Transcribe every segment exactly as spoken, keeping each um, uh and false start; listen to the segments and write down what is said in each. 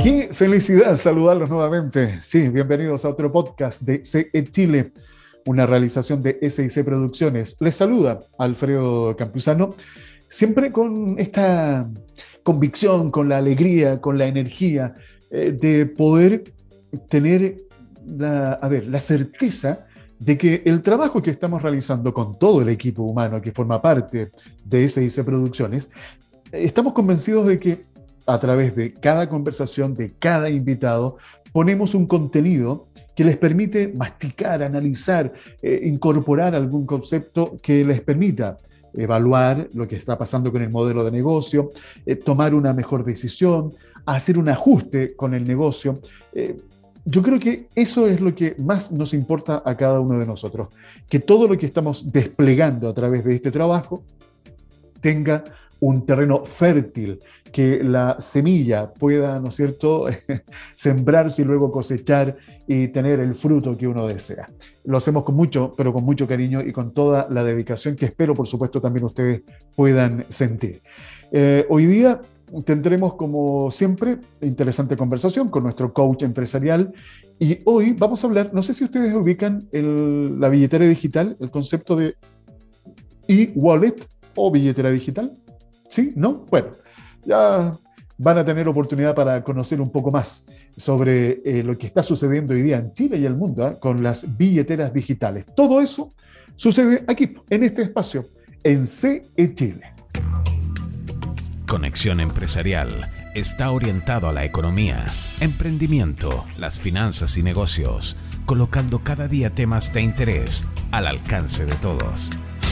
Qué felicidad saludarlos nuevamente. Sí, bienvenidos a otro podcast de C E Chile, una realización de S I C Producciones. Les saluda Alfredo Campuzano, siempre con esta convicción, con la alegría, con la energía eh, de poder tener la, a ver, la certeza de que el trabajo que estamos realizando con todo el equipo humano que forma parte de S I C Producciones, eh, estamos convencidos de que a través de cada conversación, de cada invitado, ponemos un contenido que les permite masticar, analizar, eh, incorporar algún concepto que les permita evaluar lo que está pasando con el modelo de negocio, eh, tomar una mejor decisión, hacer un ajuste con el negocio. Eh, yo creo que eso es lo que más nos importa a cada uno de nosotros, que todo lo que estamos desplegando a través de este trabajo tenga un terreno fértil, que la semilla pueda, ¿no es cierto?, sembrarse y luego cosechar y tener el fruto que uno desea. Lo hacemos con mucho, pero con mucho cariño y con toda la dedicación que espero, por supuesto, también ustedes puedan sentir. Eh, hoy día tendremos, como siempre, interesante conversación con nuestro coach empresarial y hoy vamos a hablar, no sé si ustedes ubican el, la billetera digital, el concepto de e-wallet o billetera digital. ¿Sí? ¿No? Bueno, ya van a tener oportunidad para conocer un poco más sobre eh, lo que está sucediendo hoy día en Chile y el mundo ¿eh? con las billeteras digitales. Todo eso sucede aquí, en este espacio, en C E Chile. Conexión Empresarial está orientado a la economía, emprendimiento, las finanzas y negocios, colocando cada día temas de interés al alcance de todos.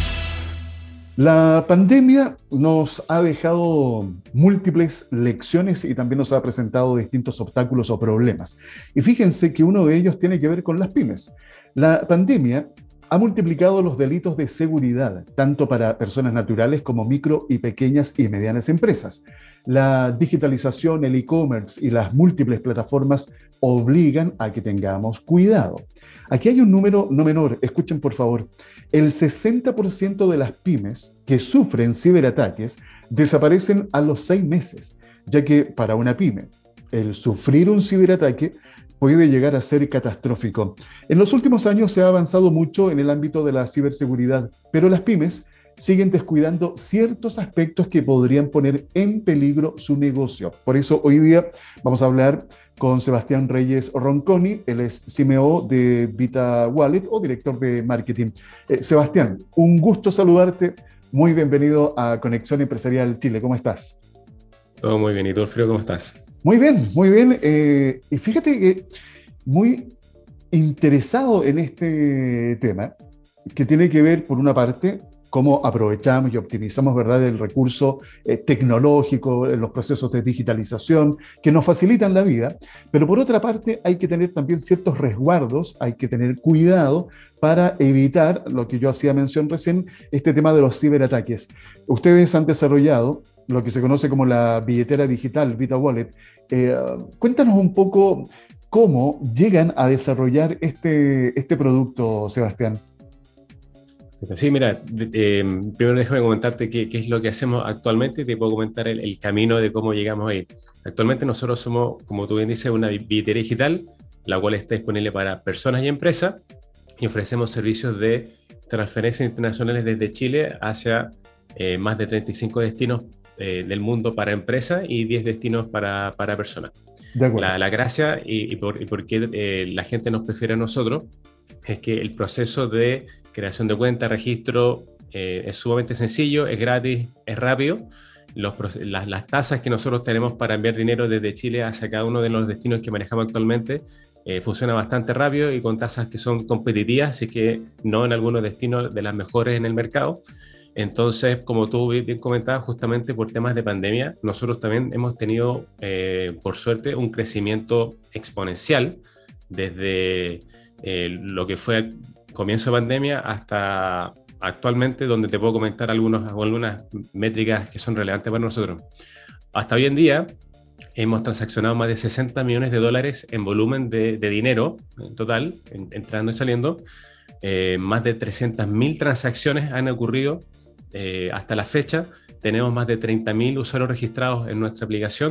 La pandemia nos ha dejado múltiples lecciones y también nos ha presentado distintos obstáculos o problemas. Y fíjense que uno de ellos tiene que ver con las pymes. La pandemia ha multiplicado los delitos de seguridad, tanto para personas naturales como micro y pequeñas y medianas empresas. La digitalización, el e-commerce y las múltiples plataformas obligan a que tengamos cuidado. Aquí hay un número no menor, escuchen por favor. El sesenta por ciento de las pymes que sufren ciberataques desaparecen a los seis meses, ya que para una pyme, el sufrir un ciberataque puede llegar a ser catastrófico. En los últimos años se ha avanzado mucho en el ámbito de la ciberseguridad, pero las pymes siguen descuidando ciertos aspectos que podrían poner en peligro su negocio. Por eso hoy día vamos a hablar con Sebastián Reyes Ronconi, él es C M O de Vita Wallet o director de marketing. Eh, Sebastián, un gusto saludarte, muy bienvenido a Conexión Empresarial Chile, ¿cómo estás? Todo muy bien, ¿y tú, Alfredo, cómo estás? Muy bien, muy bien. Eh, y fíjate que muy interesado en este tema, que tiene que ver, por una parte, cómo aprovechamos y optimizamos, ¿verdad?, el recurso eh, tecnológico, los procesos de digitalización que nos facilitan la vida, pero por otra parte hay que tener también ciertos resguardos, hay que tener cuidado para evitar lo que yo hacía mención recién, este tema de los ciberataques. Ustedes han desarrollado lo que se conoce como la billetera digital, Vita Wallet. Eh, cuéntanos un poco cómo llegan a desarrollar este, este producto, Sebastián. Sí, mira, eh, primero déjame comentarte qué, qué es lo que hacemos actualmente y te puedo comentar el, el camino de cómo llegamos ahí. Actualmente nosotros somos, como tú bien dices, una billetera digital, la cual está disponible para personas y empresas y ofrecemos servicios de transferencias internacionales desde Chile hacia eh, más de treinta y cinco destinos eh, del mundo para empresas y diez destinos para, para personas. De acuerdo. La, la gracia y, y, por, y por qué eh, la gente nos prefiere a nosotros es que el proceso de creación de cuenta, registro, eh, es sumamente sencillo, es gratis, es rápido. Los, las, las tasas que nosotros tenemos para enviar dinero desde Chile hacia cada uno de los destinos que manejamos actualmente eh, funciona bastante rápido y con tasas que son competitivas, así que no en algunos destinos de las mejores en el mercado. Entonces, como tú bien comentabas, justamente por temas de pandemia, nosotros también hemos tenido, eh, por suerte, un crecimiento exponencial desde eh, lo que fue comienzo de pandemia hasta actualmente, donde te puedo comentar algunos, algunas métricas que son relevantes para nosotros. Hasta hoy en día hemos transaccionado más de sesenta millones de dólares en volumen de, de dinero en total, en, entrando y saliendo. Eh, más de trescientas mil transacciones han ocurrido eh, hasta la fecha. Tenemos más de treinta mil usuarios registrados en nuestra aplicación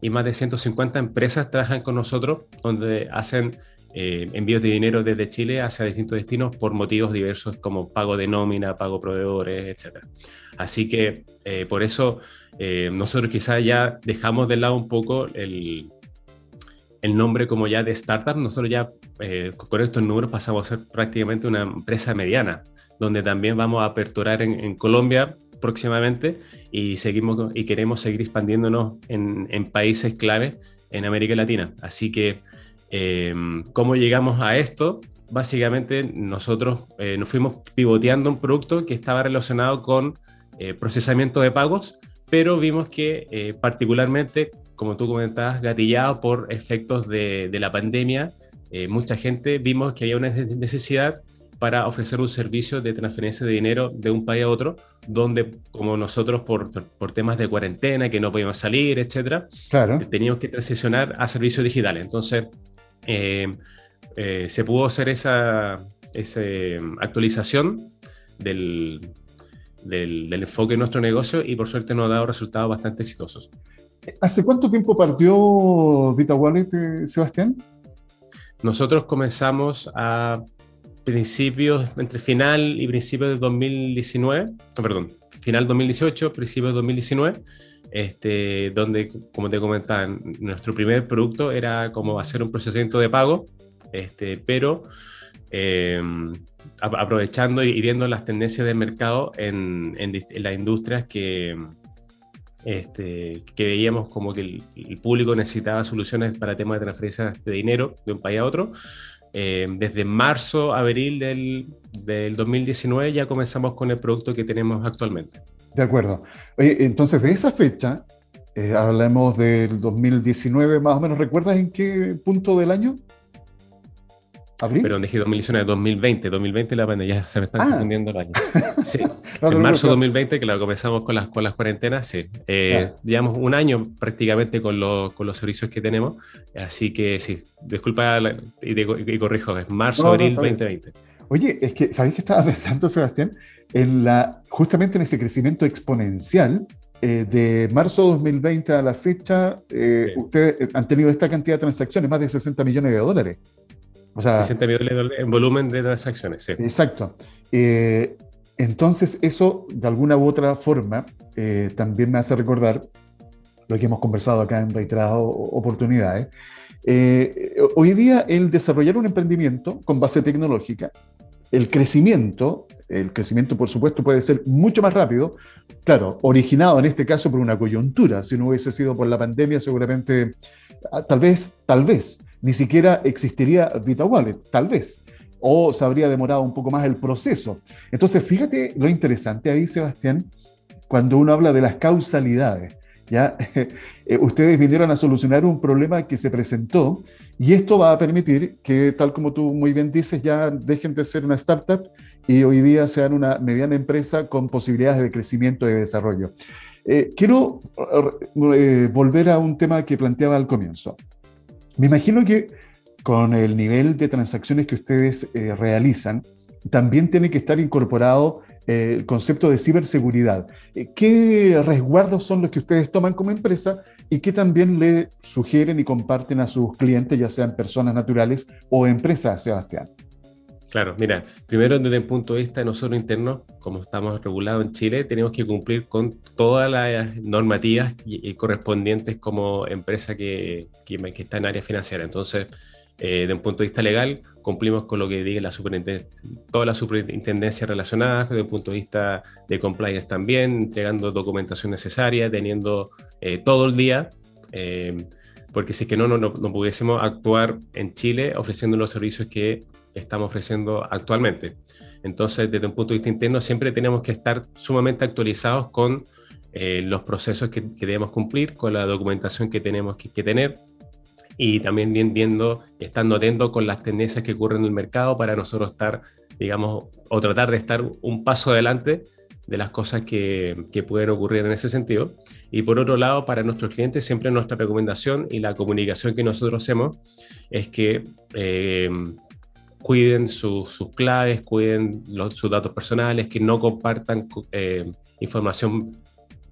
y más de ciento cincuenta empresas trabajan con nosotros, donde hacen eh, envíos de dinero desde Chile hacia distintos destinos por motivos diversos como pago de nómina, pago proveedores, etcétera. Así que eh, por eso eh, nosotros quizás ya dejamos de lado un poco el, el nombre como ya de startup. Nosotros ya eh, con estos números pasamos a ser prácticamente una empresa mediana, donde también vamos a aperturar en, en Colombia próximamente y, seguimos, y queremos seguir expandiéndonos en, en países clave en América Latina. Así que, eh, ¿cómo llegamos a esto? Básicamente nosotros eh, nos fuimos pivoteando un producto que estaba relacionado con eh, procesamiento de pagos, pero vimos que eh, particularmente, como tú comentabas, gatillado por efectos de, de la pandemia, eh, mucha gente vimos que había una necesidad para ofrecer un servicio de transferencia de dinero de un país a otro, donde como nosotros por, por temas de cuarentena, que no podíamos salir, etcétera, claro, teníamos que transicionar a servicios digitales. Entonces, eh, eh, se pudo hacer esa, esa actualización del, del, del enfoque de nuestro negocio y por suerte nos ha dado resultados bastante exitosos. ¿Hace cuánto tiempo partió VitaWallet, eh, Sebastián? Nosotros comenzamos a principios, entre final y principios de dos mil diecinueve, no, perdón, final dos mil dieciocho, principios de dos mil diecinueve, este, donde, como te comentaba, nuestro primer producto era como hacer un procesamiento de pago, este, pero eh, aprovechando y viendo las tendencias del mercado en, en, en las industrias que, este, que veíamos como que el, el público necesitaba soluciones para temas de transferencia de dinero de un país a otro. Eh, desde marzo, abril del, del dos mil diecinueve ya comenzamos con el producto que tenemos actualmente. De acuerdo. Oye, entonces, de esa fecha, eh, hablamos del dos mil diecinueve, más o menos. ¿Recuerdas en qué punto del año? ¿Abril? Pero dije dos mil diecinueve, dos mil veinte. dos mil veinte la pandemia, ya se me están ah. confundiendo el año. Sí, no, en marzo de dos mil veinte, que la comenzamos con las, con las cuarentenas, sí. Eh, claro. Llevamos un año prácticamente con, lo, con los servicios que tenemos, así que sí, disculpa la, y, y corrijo, es marzo, no, abril no, veinte veinte. Oye, es que, ¿sabéis qué estaba pensando, Sebastián? En la, justamente en ese crecimiento exponencial eh, de marzo dos mil veinte a la fecha, eh, sí. Ustedes han tenido esta cantidad de transacciones, más de sesenta millones de dólares. O sea, sesenta millones de dólares en volumen de transacciones, sí. Exacto. Eh, entonces, eso, de alguna u otra forma, eh, también me hace recordar lo que hemos conversado acá en reiteradas oportunidades. Eh, hoy día, el desarrollar un emprendimiento con base tecnológica, el crecimiento, el crecimiento, por supuesto, puede ser mucho más rápido, claro, originado en este caso por una coyuntura. Si no hubiese sido por la pandemia, seguramente, tal vez, tal vez, ni siquiera existiría VitaWallet, tal vez, o se habría demorado un poco más el proceso. Entonces, fíjate lo interesante ahí, Sebastián, cuando uno habla de las causalidades, ¿ya? Ustedes vinieron a solucionar un problema que se presentó y esto va a permitir que, tal como tú muy bien dices, ya dejen de ser una startup y hoy día sean una mediana empresa con posibilidades de crecimiento y de desarrollo. Eh, quiero eh, volver a un tema que planteaba al comienzo. Me imagino que con el nivel de transacciones que ustedes eh, realizan, también tiene que estar incorporado eh, el concepto de ciberseguridad. Eh, ¿Qué resguardos son los que ustedes toman como empresa y qué también le sugieren y comparten a sus clientes, ya sean personas naturales o empresas, Sebastián? Claro, mira, primero desde el punto de vista de nosotros internos, como estamos regulados en Chile, tenemos que cumplir con todas las normativas y, y correspondientes como empresa que, que, que está en área financiera. Entonces, eh, desde un punto de vista legal, cumplimos con lo que diga la superintendencia, toda la superintendencia relacionada, desde un punto de vista de compliance también, entregando documentación necesaria, teniendo eh, todo el día, eh, porque si es que no, no, no, no pudiésemos actuar en Chile ofreciendo los servicios que estamos ofreciendo actualmente. Entonces, desde un punto de vista interno, siempre tenemos que estar sumamente actualizados con eh, los procesos que, que debemos cumplir, con la documentación que tenemos que, que tener y también viendo, estando atentos con las tendencias que ocurren en el mercado para nosotros estar, digamos, o tratar de estar un paso adelante de las cosas que, que pueden ocurrir en ese sentido. Y por otro lado, para nuestros clientes, siempre nuestra recomendación y la comunicación que nosotros hacemos es que eh, cuiden su, sus claves, cuiden los, sus datos personales, que no compartan eh, información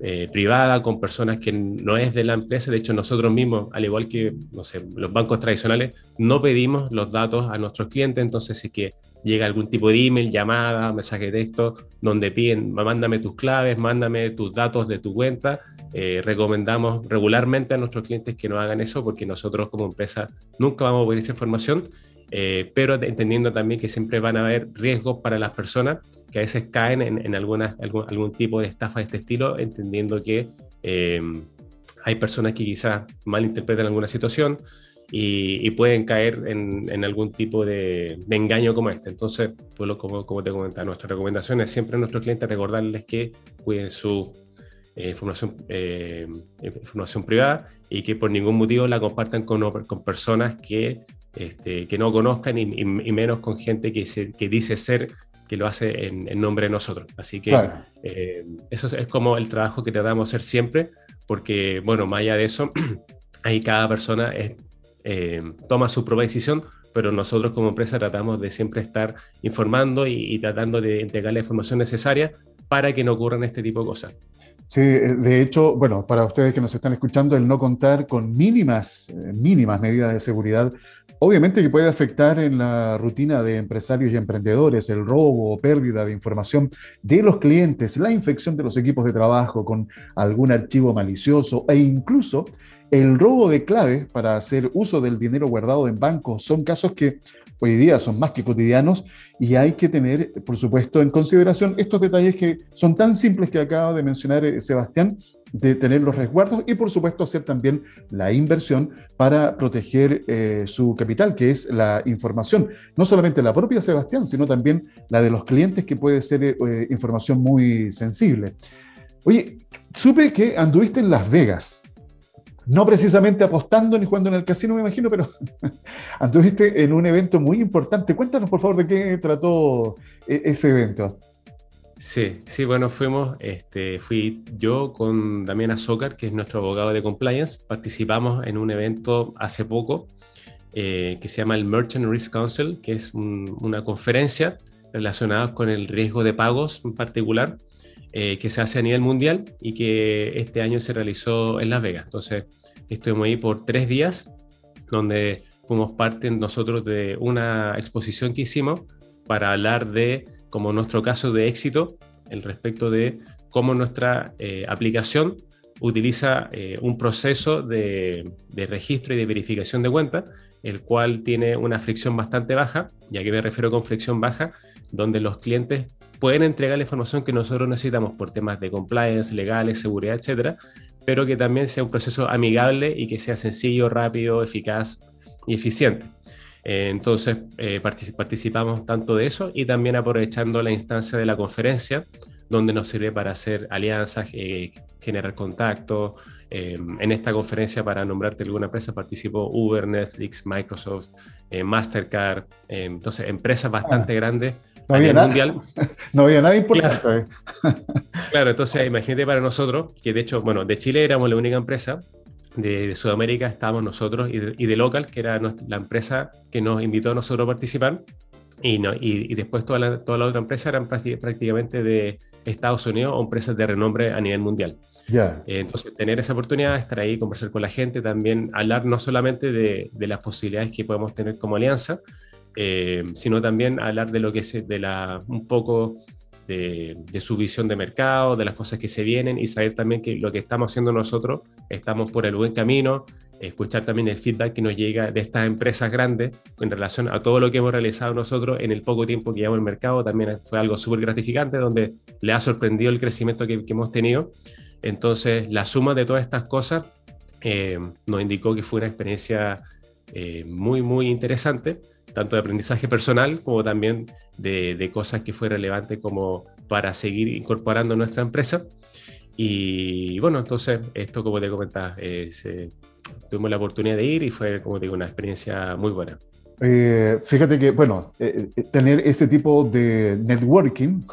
eh, privada, con personas que no es de la empresa. De hecho, nosotros mismos, al igual que, no sé, los bancos tradicionales, no pedimos los datos a nuestros clientes. Entonces, si es que llega algún tipo de email, llamada, mensaje de texto, donde piden, mándame tus claves, mándame tus datos de tu cuenta, eh, recomendamos regularmente a nuestros clientes que no hagan eso, porque nosotros como empresa nunca vamos a pedir esa información, eh, pero entendiendo también que siempre van a haber riesgos para las personas que a veces caen en, en alguna, algún, algún tipo de estafa de este estilo, entendiendo que eh, hay personas que quizás malinterpretan alguna situación, Y, y pueden caer en, en algún tipo de, de engaño como este. Entonces, pues lo, como, como te comentaba, nuestra recomendación es siempre a nuestros clientes recordarles que cuiden su eh, información, eh, información privada y que por ningún motivo la compartan con, con personas que, este, que no conozcan y, y, y menos con gente que, se, que dice ser, que lo hace en, en nombre de nosotros. Así que claro. eh, eso es como el trabajo que tratamos de hacer siempre, porque, bueno, más allá de eso, ahí cada persona es Eh, toma su propia decisión, pero nosotros como empresa tratamos de siempre estar informando y, y tratando de entregar la información necesaria para que no ocurran este tipo de cosas. Sí, de hecho, bueno, para ustedes que nos están escuchando, el no contar con mínimas, eh, mínimas medidas de seguridad, obviamente que puede afectar en la rutina de empresarios y emprendedores, el robo o pérdida de información de los clientes, la infección de los equipos de trabajo con algún archivo malicioso e incluso el robo de claves para hacer uso del dinero guardado en bancos. Son casos que hoy día son más que cotidianos y hay que tener, por supuesto, en consideración estos detalles que son tan simples que acaba de mencionar Sebastián, de tener los resguardos y, por supuesto, hacer también la inversión para proteger eh, su capital, que es la información. No solamente la propia Sebastián, sino también la de los clientes, que puede ser eh, información muy sensible. Oye, supe que anduviste en Las Vegas. No precisamente apostando ni jugando en el casino, me imagino, pero anduviste en un evento muy importante. Cuéntanos, por favor, de qué trató ese evento. Sí, sí, bueno, fuimos, este, fui yo con Damián Azócar, que es nuestro abogado de compliance. Participamos en un evento hace poco eh, que se llama el Merchant Risk Council, que es un, una conferencia relacionada con el riesgo de pagos en particular, Eh, que se hace a nivel mundial y que este año se realizó en Las Vegas. Entonces, estuvimos ahí por tres días, donde fuimos parte nosotros de una exposición que hicimos para hablar de, como nuestro caso de éxito, el respecto de cómo nuestra eh, aplicación utiliza eh, un proceso de, de registro y de verificación de cuenta, el cual tiene una fricción bastante baja. ¿Y a qué me refiero con fricción baja? Donde los clientes pueden entregar la información que nosotros necesitamos por temas de compliance, legales, seguridad, etcétera, pero que también sea un proceso amigable y que sea sencillo, rápido, eficaz y eficiente. Eh, entonces, eh, particip- participamos tanto de eso y también aprovechando la instancia de la conferencia, donde nos sirve para hacer alianzas, eh, generar contactos. Eh, en esta conferencia, para nombrarte alguna empresa, participó Uber, Netflix, Microsoft, eh, Mastercard, eh, entonces empresas bastante ah. grandes. No había, nada, mundial. no había nada importante. Claro, claro, entonces imagínate para nosotros, que de hecho, bueno, de Chile éramos la única empresa, de, de Sudamérica estábamos nosotros y de, y de Local, que era nuestra, la empresa que nos invitó a nosotros a participar, y, no, y, y después toda la, toda la otra empresa eran prácticamente de Estados Unidos o empresas de renombre a nivel mundial. Yeah. Eh, entonces, tener esa oportunidad, estar ahí, conversar con la gente, también hablar no solamente de, de las posibilidades que podemos tener como alianza, Eh, sino también hablar de lo que es de la, un poco de, de su visión de mercado, de las cosas que se vienen y saber también que lo que estamos haciendo nosotros estamos por el buen camino, escuchar también el feedback que nos llega de estas empresas grandes en relación a todo lo que hemos realizado nosotros en el poco tiempo que llevamos en el mercado. También fue algo súper gratificante, donde le ha sorprendido el crecimiento que, que hemos tenido. Entonces, la suma de todas estas cosas eh, nos indicó que fue una experiencia eh, muy, muy interesante, tanto de aprendizaje personal como también de, de cosas que fue relevante como para seguir incorporando nuestra empresa. Y bueno, entonces esto, como te comentaba, eh, se, tuvimos la oportunidad de ir y fue, como te digo, una experiencia muy buena. Eh, fíjate que, bueno, eh, tener ese tipo de networking,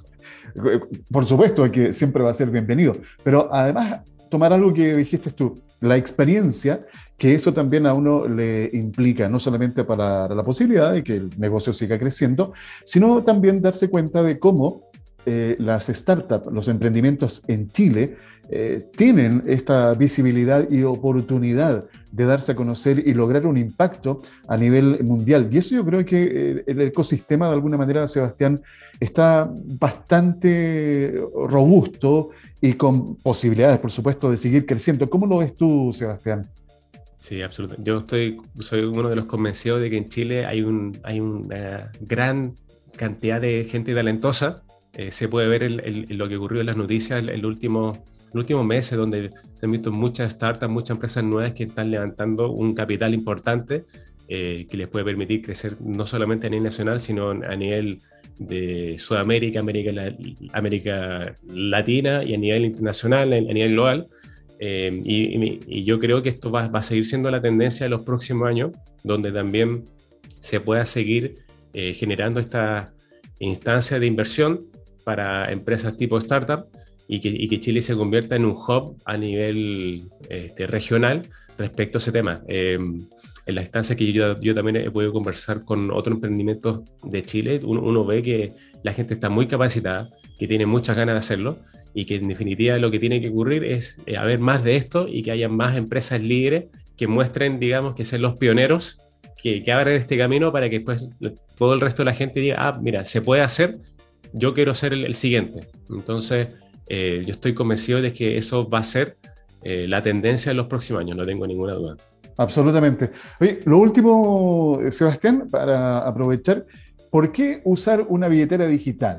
por supuesto que siempre va a ser bienvenido, pero además tomar algo que dijiste tú, la experiencia, que eso también a uno le implica, no solamente para la posibilidad de que el negocio siga creciendo, sino también darse cuenta de cómo eh, las startups, los emprendimientos en Chile, eh, tienen esta visibilidad y oportunidad de darse a conocer y lograr un impacto a nivel mundial. Y eso yo creo que eh, el ecosistema, de alguna manera, Sebastián, está bastante robusto y con posibilidades, por supuesto, de seguir creciendo. ¿Cómo lo ves tú, Sebastián? Sí, absolutamente. Yo estoy, soy uno de los convencidos de que en Chile hay, un, hay una gran cantidad de gente talentosa. Eh, se puede ver el, el, lo que ocurrió en las noticias en el último, los últimos meses, donde se han visto muchas startups, muchas empresas nuevas que están levantando un capital importante eh, que les puede permitir crecer no solamente a nivel nacional, sino a nivel de Sudamérica, América, América Latina y a nivel internacional, a nivel global. Eh, y, y, y yo creo que esto va, va a seguir siendo la tendencia de los próximos años, donde también se pueda seguir eh, generando esta instancia de inversión para empresas tipo startup y que, y que Chile se convierta en un hub a nivel este, regional respecto a ese tema. Eh, en la instancia que yo, yo también he podido conversar con otros emprendimientos de Chile, uno, uno ve que la gente está muy capacitada, que tiene muchas ganas de hacerlo y que en definitiva lo que tiene que ocurrir es eh, haber más de esto y que haya más empresas líderes que muestren, digamos, que sean los pioneros que, que abran este camino para que después todo el resto de la gente diga, ah, mira, se puede hacer, yo quiero ser el, el siguiente. Entonces, eh, yo estoy convencido de que eso va a ser eh, la tendencia en los próximos años, no tengo ninguna duda. Absolutamente. Oye, lo último, Sebastián, para aprovechar, ¿por qué usar una billetera digital?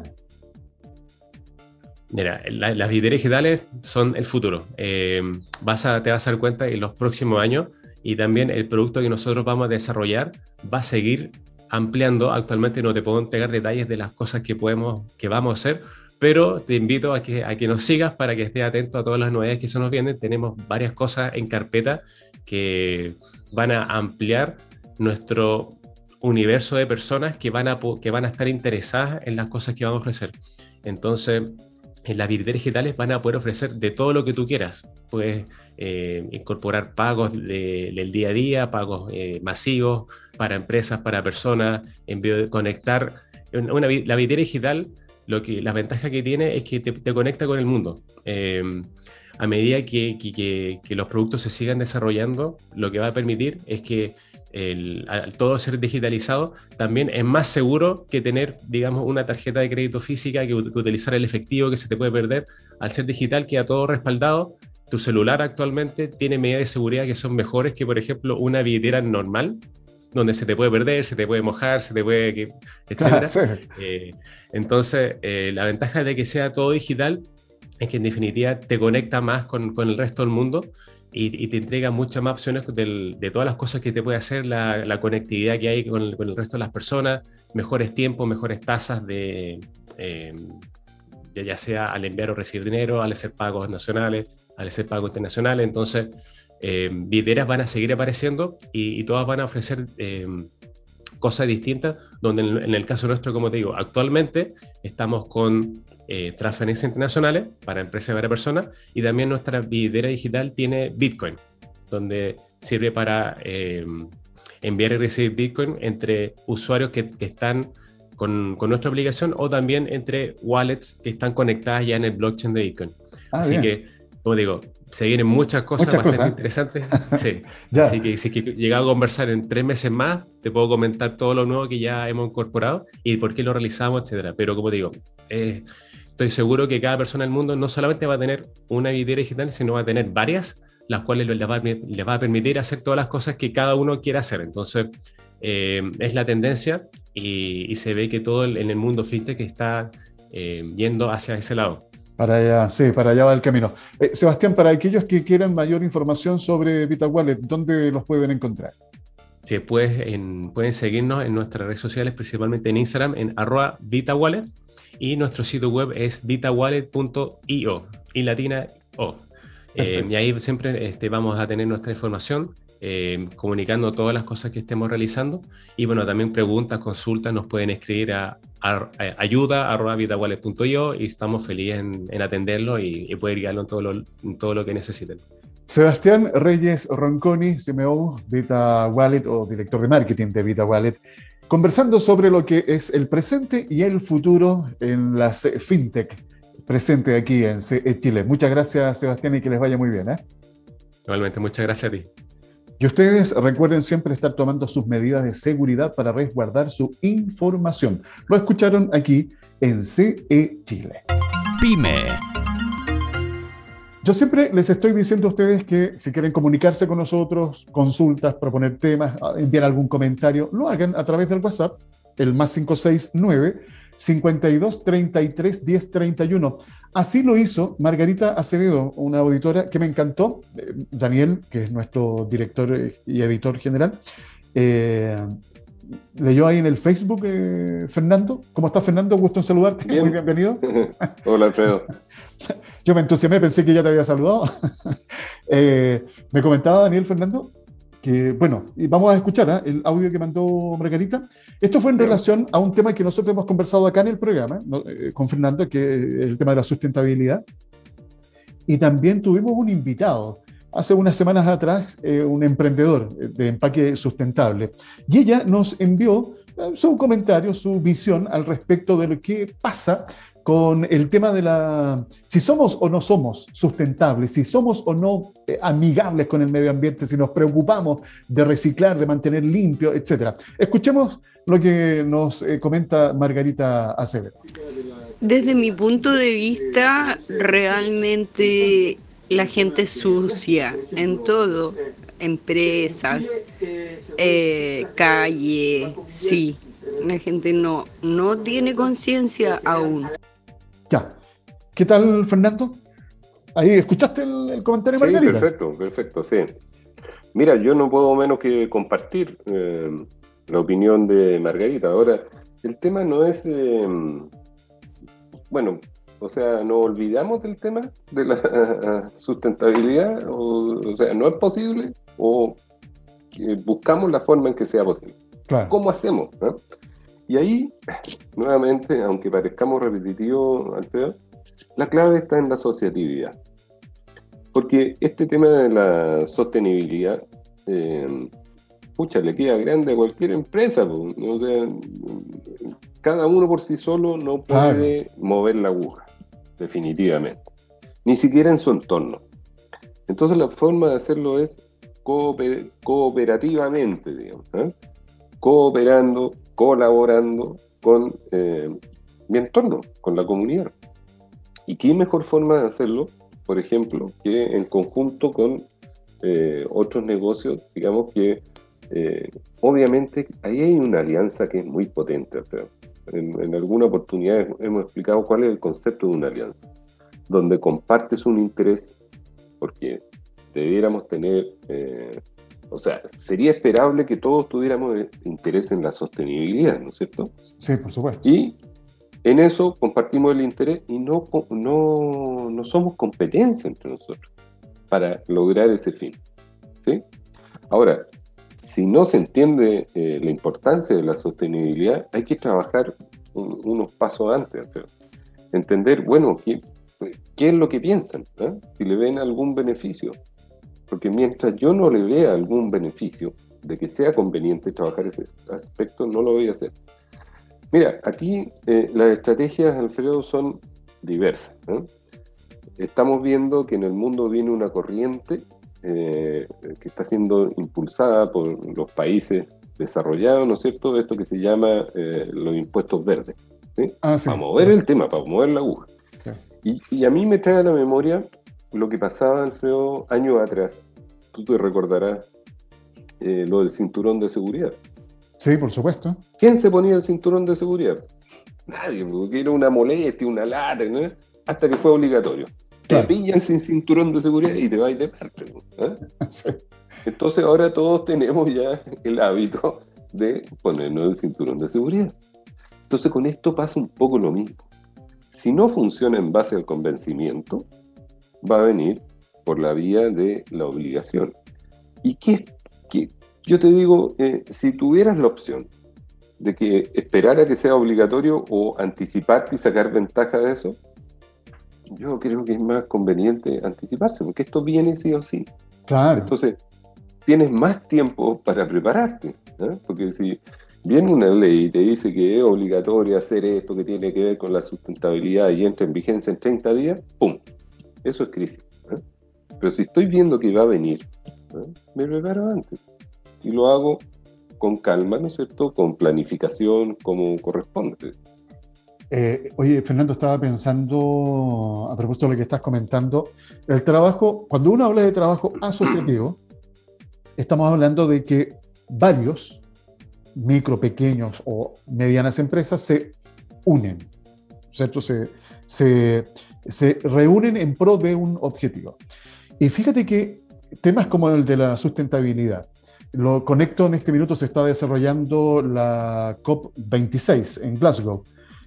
Mira, la, las billeteras digitales son el futuro. Eh, vas a, te vas a dar cuenta en los próximos años y también el producto que nosotros vamos a desarrollar va a seguir ampliando. Actualmente no te puedo entregar detalles de las cosas que, podemos, que vamos a hacer, pero te invito a que, a que nos sigas para que estés atento a todas las novedades que se nos vienen. Tenemos varias cosas en carpeta que van a ampliar nuestro universo de personas que van a, que van a estar interesadas en las cosas que vamos a ofrecer. Entonces, en las billeteras digitales van a poder ofrecer de todo lo que tú quieras. Puedes eh, incorporar pagos de, del día a día, pagos eh, masivos para empresas, para personas, envío de conectar. Una, la billetera digital, lo que, la ventaja que tiene es que te, te conecta con el mundo. Eh, a medida que, que, que los productos se sigan desarrollando, lo que va a permitir es que el, al todo ser digitalizado también es más seguro que tener, digamos, una tarjeta de crédito física, que, que utilizar el efectivo que se te puede perder. Al ser digital queda todo respaldado. Tu celular actualmente tiene medidas de seguridad que son mejores que, por ejemplo, una billetera normal, donde se te puede perder, se te puede mojar, se te puede, etcétera. Ah, sí. eh, entonces, eh, la ventaja de que sea todo digital es que en definitiva te conecta más con, con el resto del mundo y, y te entrega muchas más opciones del, de todas las cosas que te puede hacer, la, la conectividad que hay con el, con el resto de las personas, mejores tiempos, mejores tasas de, eh, ya sea al enviar o recibir dinero, al hacer pagos nacionales, al hacer pagos internacionales. Entonces, eh, billeteras van a seguir apareciendo y, y todas van a ofrecer eh, cosas distintas, donde en, en el caso nuestro, como te digo, actualmente estamos con eh, transferencias internacionales para empresas y para personas, y también nuestra billetera digital tiene Bitcoin, donde sirve para eh, enviar y recibir Bitcoin entre usuarios que, que están con, con nuestra aplicación o también entre wallets que están conectadas ya en el blockchain de Bitcoin. Ah, Así bien. que, como digo, se vienen muchas cosas muchas bastante cosas. interesantes. Sí. Ya. Así que si que llegado a conversar en tres meses más, te puedo comentar todo lo nuevo que ya hemos incorporado y por qué lo realizamos, etcétera. Pero como digo, eh, estoy seguro que cada persona del mundo no solamente va a tener una billetera digital, sino va a tener varias, las cuales les va, les va a permitir hacer todas las cosas que cada uno quiera hacer. Entonces, eh, es la tendencia y, y se ve que todo el, en el mundo fintech está eh, yendo hacia ese lado. Para allá, sí, para allá va el camino. Eh, Sebastián, para aquellos que quieran mayor información sobre VitaWallet, ¿dónde los pueden encontrar? Sí, pues en, pueden seguirnos en nuestras redes sociales, principalmente en Instagram, en arroba VitaWallet, y nuestro sitio web es vitawallet punto io, y latina o. Eh, y ahí siempre este, vamos a tener nuestra información, eh, comunicando todas las cosas que estemos realizando. Y bueno, también preguntas, consultas, nos pueden escribir a, a, a ayuda arroba vitawallet punto io y estamos felices en, en atenderlo y, y poder guiarlo en todo lo, en todo lo que necesiten. Sebastián Reyes Ronconi, C M O, VitaWallet o director de marketing de VitaWallet. conversando sobre lo que es el presente y el futuro en las fintech presente aquí en C E Chile. Muchas gracias, Sebastián, y que les vaya muy bien, ¿eh? Igualmente, muchas gracias a ti. Y ustedes recuerden siempre estar tomando sus medidas de seguridad para resguardar su información. Lo escucharon aquí en C E Chile. Pyme. Yo siempre les estoy diciendo a ustedes que si quieren comunicarse con nosotros, consultas, proponer temas, enviar algún comentario, lo hagan a través del WhatsApp, el más cinco seis nueve, cincuenta y dos, treinta y tres, diez, treinta y uno. Así lo hizo Margarita Acevedo, una auditora que me encantó. Daniel, que es nuestro director y editor general, eh, leyó ahí en el Facebook, eh, Fernando. ¿Cómo estás, Fernando? Gusto en saludarte. Bien. Muy bienvenido. Hola, Alfredo. Yo me entusiasmé, pensé que ya te había saludado. eh, me comentaba Daniel, Fernando, que, bueno, y vamos a escuchar ¿eh? el audio que mandó Margarita. Esto fue en Bien. relación a un tema que nosotros hemos conversado acá en el programa, ¿no? eh, con Fernando, que es el tema de la sustentabilidad. Y también tuvimos un invitado, hace unas semanas atrás, eh, un emprendedor de empaque sustentable. Y ella nos envió eh, su comentario, su visión al respecto de lo que pasa con el tema de la, si somos o no somos sustentables, si somos o no eh, amigables con el medio ambiente, si nos preocupamos de reciclar, de mantener limpio, etcétera. Escuchemos lo que nos eh, comenta Margarita Acevedo. Desde mi punto de vista, realmente la gente es sucia en todo, empresas, eh, calle, sí. La gente no, no tiene conciencia aún. Ya. ¿Qué tal, Fernando? Ahí, ¿escuchaste el, el comentario de Sí, Margarita? perfecto, perfecto, sí. Mira, yo no puedo menos que compartir eh, la opinión de Margarita. Ahora, el tema no es, eh, bueno, o sea, no olvidamos del tema de la sustentabilidad, o, o sea, no es posible, o eh, buscamos la forma en que sea posible. Claro. ¿Cómo hacemos? ¿no? Y ahí, nuevamente, aunque parezcamos repetitivos, Alfredo, la clave está en la asociatividad. Porque este tema de la sostenibilidad, eh, pucha, le queda grande a cualquier empresa. Pues, ¿no? O sea, cada uno por sí solo no puede claro. mover la aguja, definitivamente. Ni siquiera en su entorno. Entonces la forma de hacerlo es cooper- cooperativamente, digamos, ¿eh? cooperando, colaborando con eh, mi entorno, con la comunidad. ¿Y qué mejor forma de hacerlo, por ejemplo, que en conjunto con eh, otros negocios, digamos que eh, obviamente ahí hay una alianza que es muy potente, pero en, en alguna oportunidad hemos explicado cuál es el concepto de una alianza, donde compartes un interés, porque debiéramos tener... Eh, O sea, sería esperable que todos tuviéramos interés en la sostenibilidad, ¿no es cierto? Sí, por supuesto. Y en eso compartimos el interés y no, no, no somos competencia entre nosotros para lograr ese fin, ¿sí? Ahora, si no se entiende eh, la importancia de la sostenibilidad, hay que trabajar un, unos pasos antes, ¿no? Entender, bueno, ¿qué, qué es lo que piensan? ¿eh? Si le ven algún beneficio. Porque mientras yo no le vea algún beneficio de que sea conveniente trabajar ese aspecto, no lo voy a hacer. Mira, aquí eh, las estrategias, Alfredo, son diversas, ¿eh? Estamos viendo que en el mundo viene una corriente eh, que está siendo impulsada por los países desarrollados, ¿no es cierto? Esto que se llama eh, los impuestos verdes, ¿sí? Ah, sí. Para mover el tema, para mover la aguja. Sí. Y, y a mí me trae a la memoria lo que pasaba, Alfredo, años atrás. Tú te recordarás eh, lo del cinturón de seguridad. Sí, por supuesto. ¿Quién se ponía el cinturón de seguridad? Nadie, porque era una molestia, una lata, ¿no? Hasta que fue obligatorio. Claro. Te pillan sin cinturón de seguridad y te vas de parte, ¿eh? Sí. Entonces ahora todos tenemos ya el hábito de ponernos el cinturón de seguridad. Entonces con esto pasa un poco lo mismo. Si no funciona en base al convencimiento, va a venir por la vía de la obligación. ¿Y qué? qué yo te digo, eh, si tuvieras la opción de que esperar a que sea obligatorio o anticiparte y sacar ventaja de eso, yo creo que es más conveniente anticiparse, porque esto viene sí o sí. Claro. Entonces, tienes más tiempo para prepararte, ¿eh? Porque si viene una ley y te dice que es obligatorio hacer esto que tiene que ver con la sustentabilidad y entra en vigencia en treinta días, ¡pum! Eso es crisis. ¿eh? Pero si estoy viendo que va a venir, ¿eh? me preparo antes y lo hago con calma, ¿no es cierto? Con planificación, como corresponde. Eh, oye, Fernando, estaba pensando, a propósito de lo que estás comentando, el trabajo, cuando uno habla de trabajo asociativo, estamos hablando de que varios micro, pequeños o medianas empresas se unen, ¿cierto? Se, se, se reúnen en pro de un objetivo. Y fíjate que temas como el de la sustentabilidad, lo conecto en este minuto, se está desarrollando la COP veintiséis en Glasgow,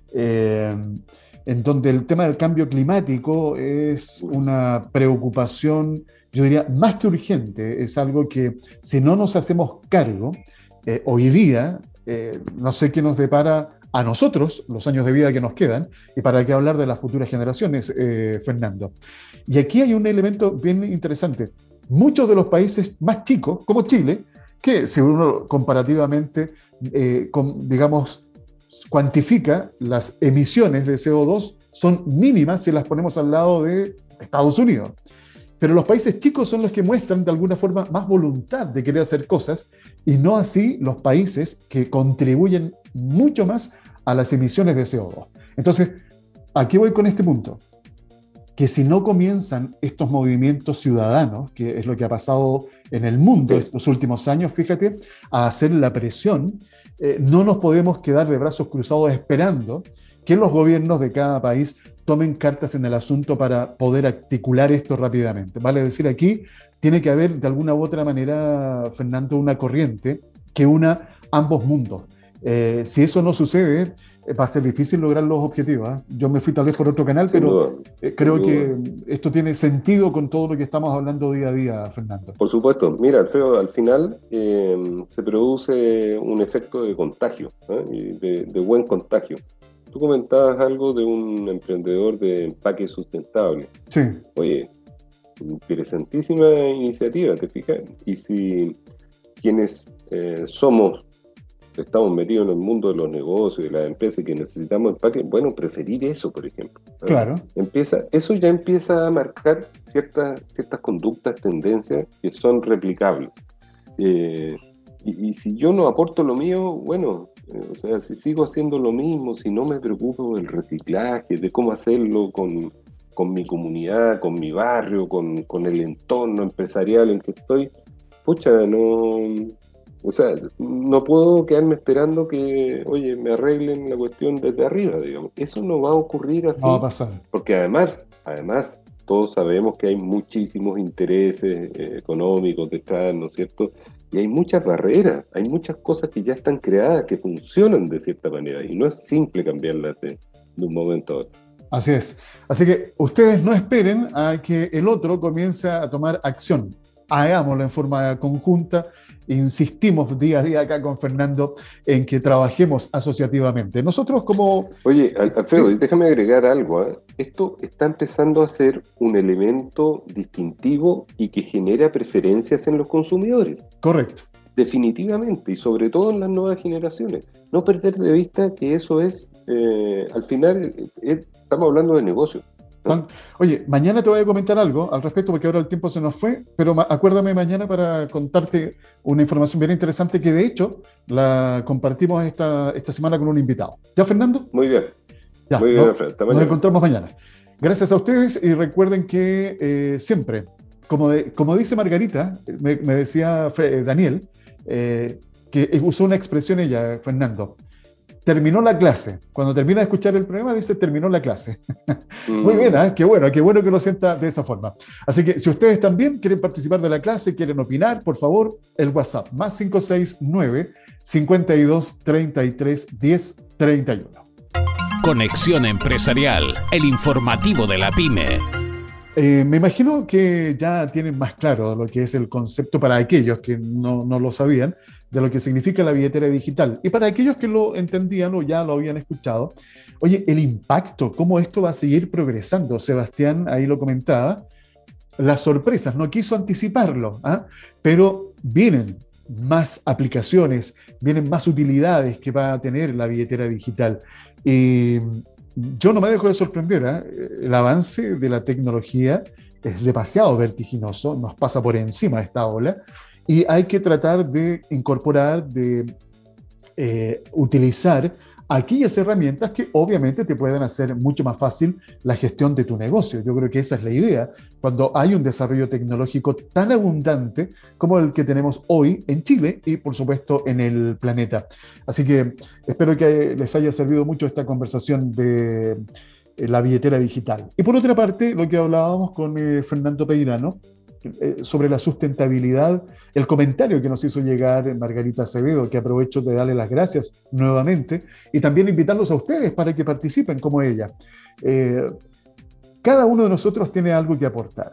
eh, en donde el tema del cambio climático es una preocupación, yo diría, más que urgente. Es algo que, si no nos hacemos cargo, eh, hoy día, eh, no sé qué nos depara a nosotros, los años de vida que nos quedan, y para qué hablar de las futuras generaciones, eh, Fernando. Y aquí hay un elemento bien interesante. Muchos de los países más chicos, como Chile, que si uno comparativamente, eh, con, digamos, cuantifica las emisiones de C O dos, son mínimas si las ponemos al lado de Estados Unidos. Pero los países chicos son los que muestran de alguna forma más voluntad de querer hacer cosas, y no así los países que contribuyen mucho más a las emisiones de C O dos. Entonces, ¿a qué voy con este punto? Que si no comienzan estos movimientos ciudadanos, que es lo que ha pasado en el mundo en los últimos años, fíjate, a hacer la presión, eh, no nos podemos quedar de brazos cruzados esperando que los gobiernos de cada país tomen cartas en el asunto para poder articular esto rápidamente. Vale decir, aquí tiene que haber de alguna u otra manera, Fernando, una corriente que una ambos mundos. Eh, si eso no sucede, va a ser difícil lograr los objetivos. ¿eh? Yo me fui tal vez por otro canal, sin pero duda, eh, creo que esto tiene sentido con todo lo que estamos hablando día a día, Fernando. Por supuesto. Mira, Alfredo, al final eh, se produce un efecto de contagio, ¿eh? de, de buen contagio. Tú comentabas algo de un emprendedor de empaque sustentable. Sí. Oye, interesantísima iniciativa, ¿te fijas? Y si quienes eh, somos, estamos metidos en el mundo de los negocios, de las empresas que necesitamos empaque, bueno, preferir eso, por ejemplo. ¿no? Claro. Empieza, eso ya empieza a marcar ciertas, ciertas conductas, tendencias que son replicables. Eh, y, y si yo no aporto lo mío, bueno... O sea, si sigo haciendo lo mismo, si no me preocupo del reciclaje, de cómo hacerlo con, con mi comunidad, con mi barrio, con, con el entorno empresarial en que estoy, pucha, no... O sea, no puedo quedarme esperando que, oye, me arreglen la cuestión desde arriba, digamos. Eso no va a ocurrir así. No va a pasar. Porque además, además, todos sabemos que hay muchísimos intereses eh, económicos detrás, ¿no es cierto? Y hay muchas barreras, hay muchas cosas que ya están creadas, que funcionan de cierta manera, y no es simple cambiarlas de, de un momento a otro. Así es. Así que ustedes no esperen a que el otro comience a tomar acción. Hagámoslo en forma conjunta. Insistimos día a día acá con Fernando en que trabajemos asociativamente. Nosotros como... Oye, Alfredo, déjame agregar algo. ¿eh? Esto está empezando a ser un elemento distintivo y que genera preferencias en los consumidores. Correcto. Definitivamente, y sobre todo en las nuevas generaciones. No perder de vista que eso es, eh, al final, es, estamos hablando de negocio. ¿no? Oye, mañana te voy a comentar algo al respecto porque ahora el tiempo se nos fue, pero acuérdame mañana para contarte una información bien interesante que de hecho la compartimos esta, esta semana con un invitado. ¿Ya, Fernando? Muy bien. Ya, Muy bien, ¿no? Alfredo. Hasta Nos mañana. encontramos mañana. Gracias a ustedes y recuerden que eh, siempre, como, de, como dice Margarita, me, me decía Daniel, eh, que usó una expresión ella, Fernando, terminó la clase. Cuando termina de escuchar el programa dice terminó la clase. Mm. Muy bien, ¿eh? Qué bueno, qué bueno que lo sienta de esa forma. Así que si ustedes también quieren participar de la clase, quieren opinar, por favor, el WhatsApp, más cinco seis nueve, cincuenta y dos, treinta y tres, diez, treinta y uno. Conexión Empresarial, el informativo de la pyme. Eh, me imagino que ya tienen más claro lo que es el concepto para aquellos que no, no lo sabían, de lo que significa la billetera digital. Y para aquellos que lo entendían o ya lo habían escuchado, oye, el impacto, cómo esto va a seguir progresando. Sebastián ahí lo comentaba, las sorpresas, no quiso anticiparlo, ¿eh? Pero vienen, más aplicaciones, vienen más utilidades que va a tener la billetera digital. Y yo no me dejo de sorprender, ¿eh? El avance de la tecnología es demasiado vertiginoso, nos pasa por encima de esta ola, y hay que tratar de incorporar, de eh, utilizar aquellas herramientas que obviamente te pueden hacer mucho más fácil la gestión de tu negocio. Yo creo que esa es la idea cuando hay un desarrollo tecnológico tan abundante como el que tenemos hoy en Chile y por supuesto en el planeta. Así que espero que les haya servido mucho esta conversación de la billetera digital. Y por otra parte, lo que hablábamos con eh, Fernando Peirano, eh, sobre la sustentabilidad, el comentario que nos hizo llegar Margarita Acevedo, que aprovecho de darle las gracias nuevamente, y también invitarlos a ustedes para que participen como ella. Eh, cada uno de nosotros tiene algo que aportar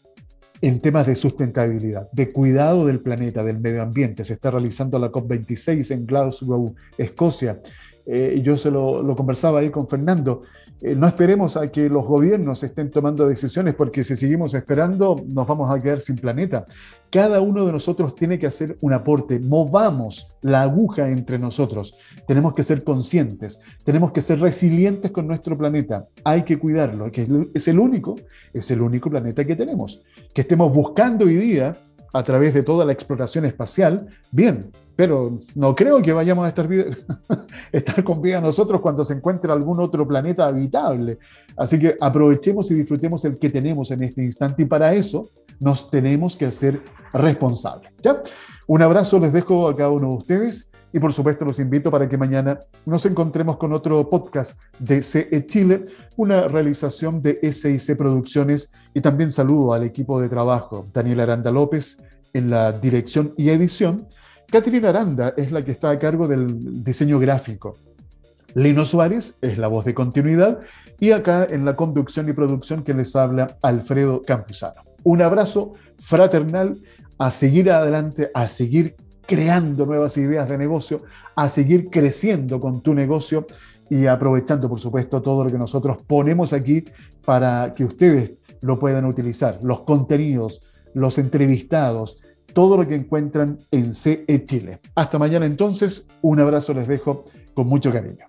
en temas de sustentabilidad, de cuidado del planeta, del medio ambiente. Se está realizando la COP veintiséis en Glasgow, Escocia. Eh, yo se lo, lo conversaba ahí con Fernando. Eh, no esperemos a que los gobiernos estén tomando decisiones, porque si seguimos esperando nos vamos a quedar sin planeta. Cada uno de nosotros tiene que hacer un aporte. Movamos la aguja entre nosotros. Tenemos que ser conscientes, tenemos que ser resilientes con nuestro planeta. Hay que cuidarlo, que es el único, es el único planeta que tenemos. Que estemos buscando hoy día a través de toda la exploración espacial, bien, pero no creo que vayamos a estar, vida, estar con vida nosotros cuando se encuentre algún otro planeta habitable. Así que aprovechemos y disfrutemos el que tenemos en este instante, y para eso nos tenemos que hacer responsables. ¿Ya? Un abrazo les dejo a cada uno de ustedes y por supuesto los invito para que mañana nos encontremos con otro podcast de C E Chile, una realización de S I C Producciones, y también saludo al equipo de trabajo, Daniel Aranda López en la dirección y edición. Caterina Aranda es la que está a cargo del diseño gráfico. Lino Suárez es la voz de continuidad, y acá en la conducción y producción que les habla Alfredo Campuzano. Un abrazo fraternal, a seguir adelante, a seguir creando nuevas ideas de negocio, a seguir creciendo con tu negocio y aprovechando, por supuesto, todo lo que nosotros ponemos aquí para que ustedes lo puedan utilizar. Los contenidos, los entrevistados, todo lo que encuentran en C E Chile. Hasta mañana entonces, un abrazo les dejo con mucho cariño.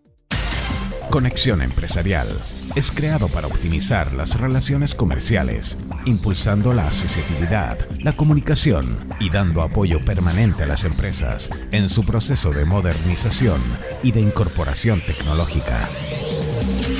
Conexión Empresarial es creado para optimizar las relaciones comerciales, impulsando la asociatividad, la comunicación y dando apoyo permanente a las empresas en su proceso de modernización y de incorporación tecnológica.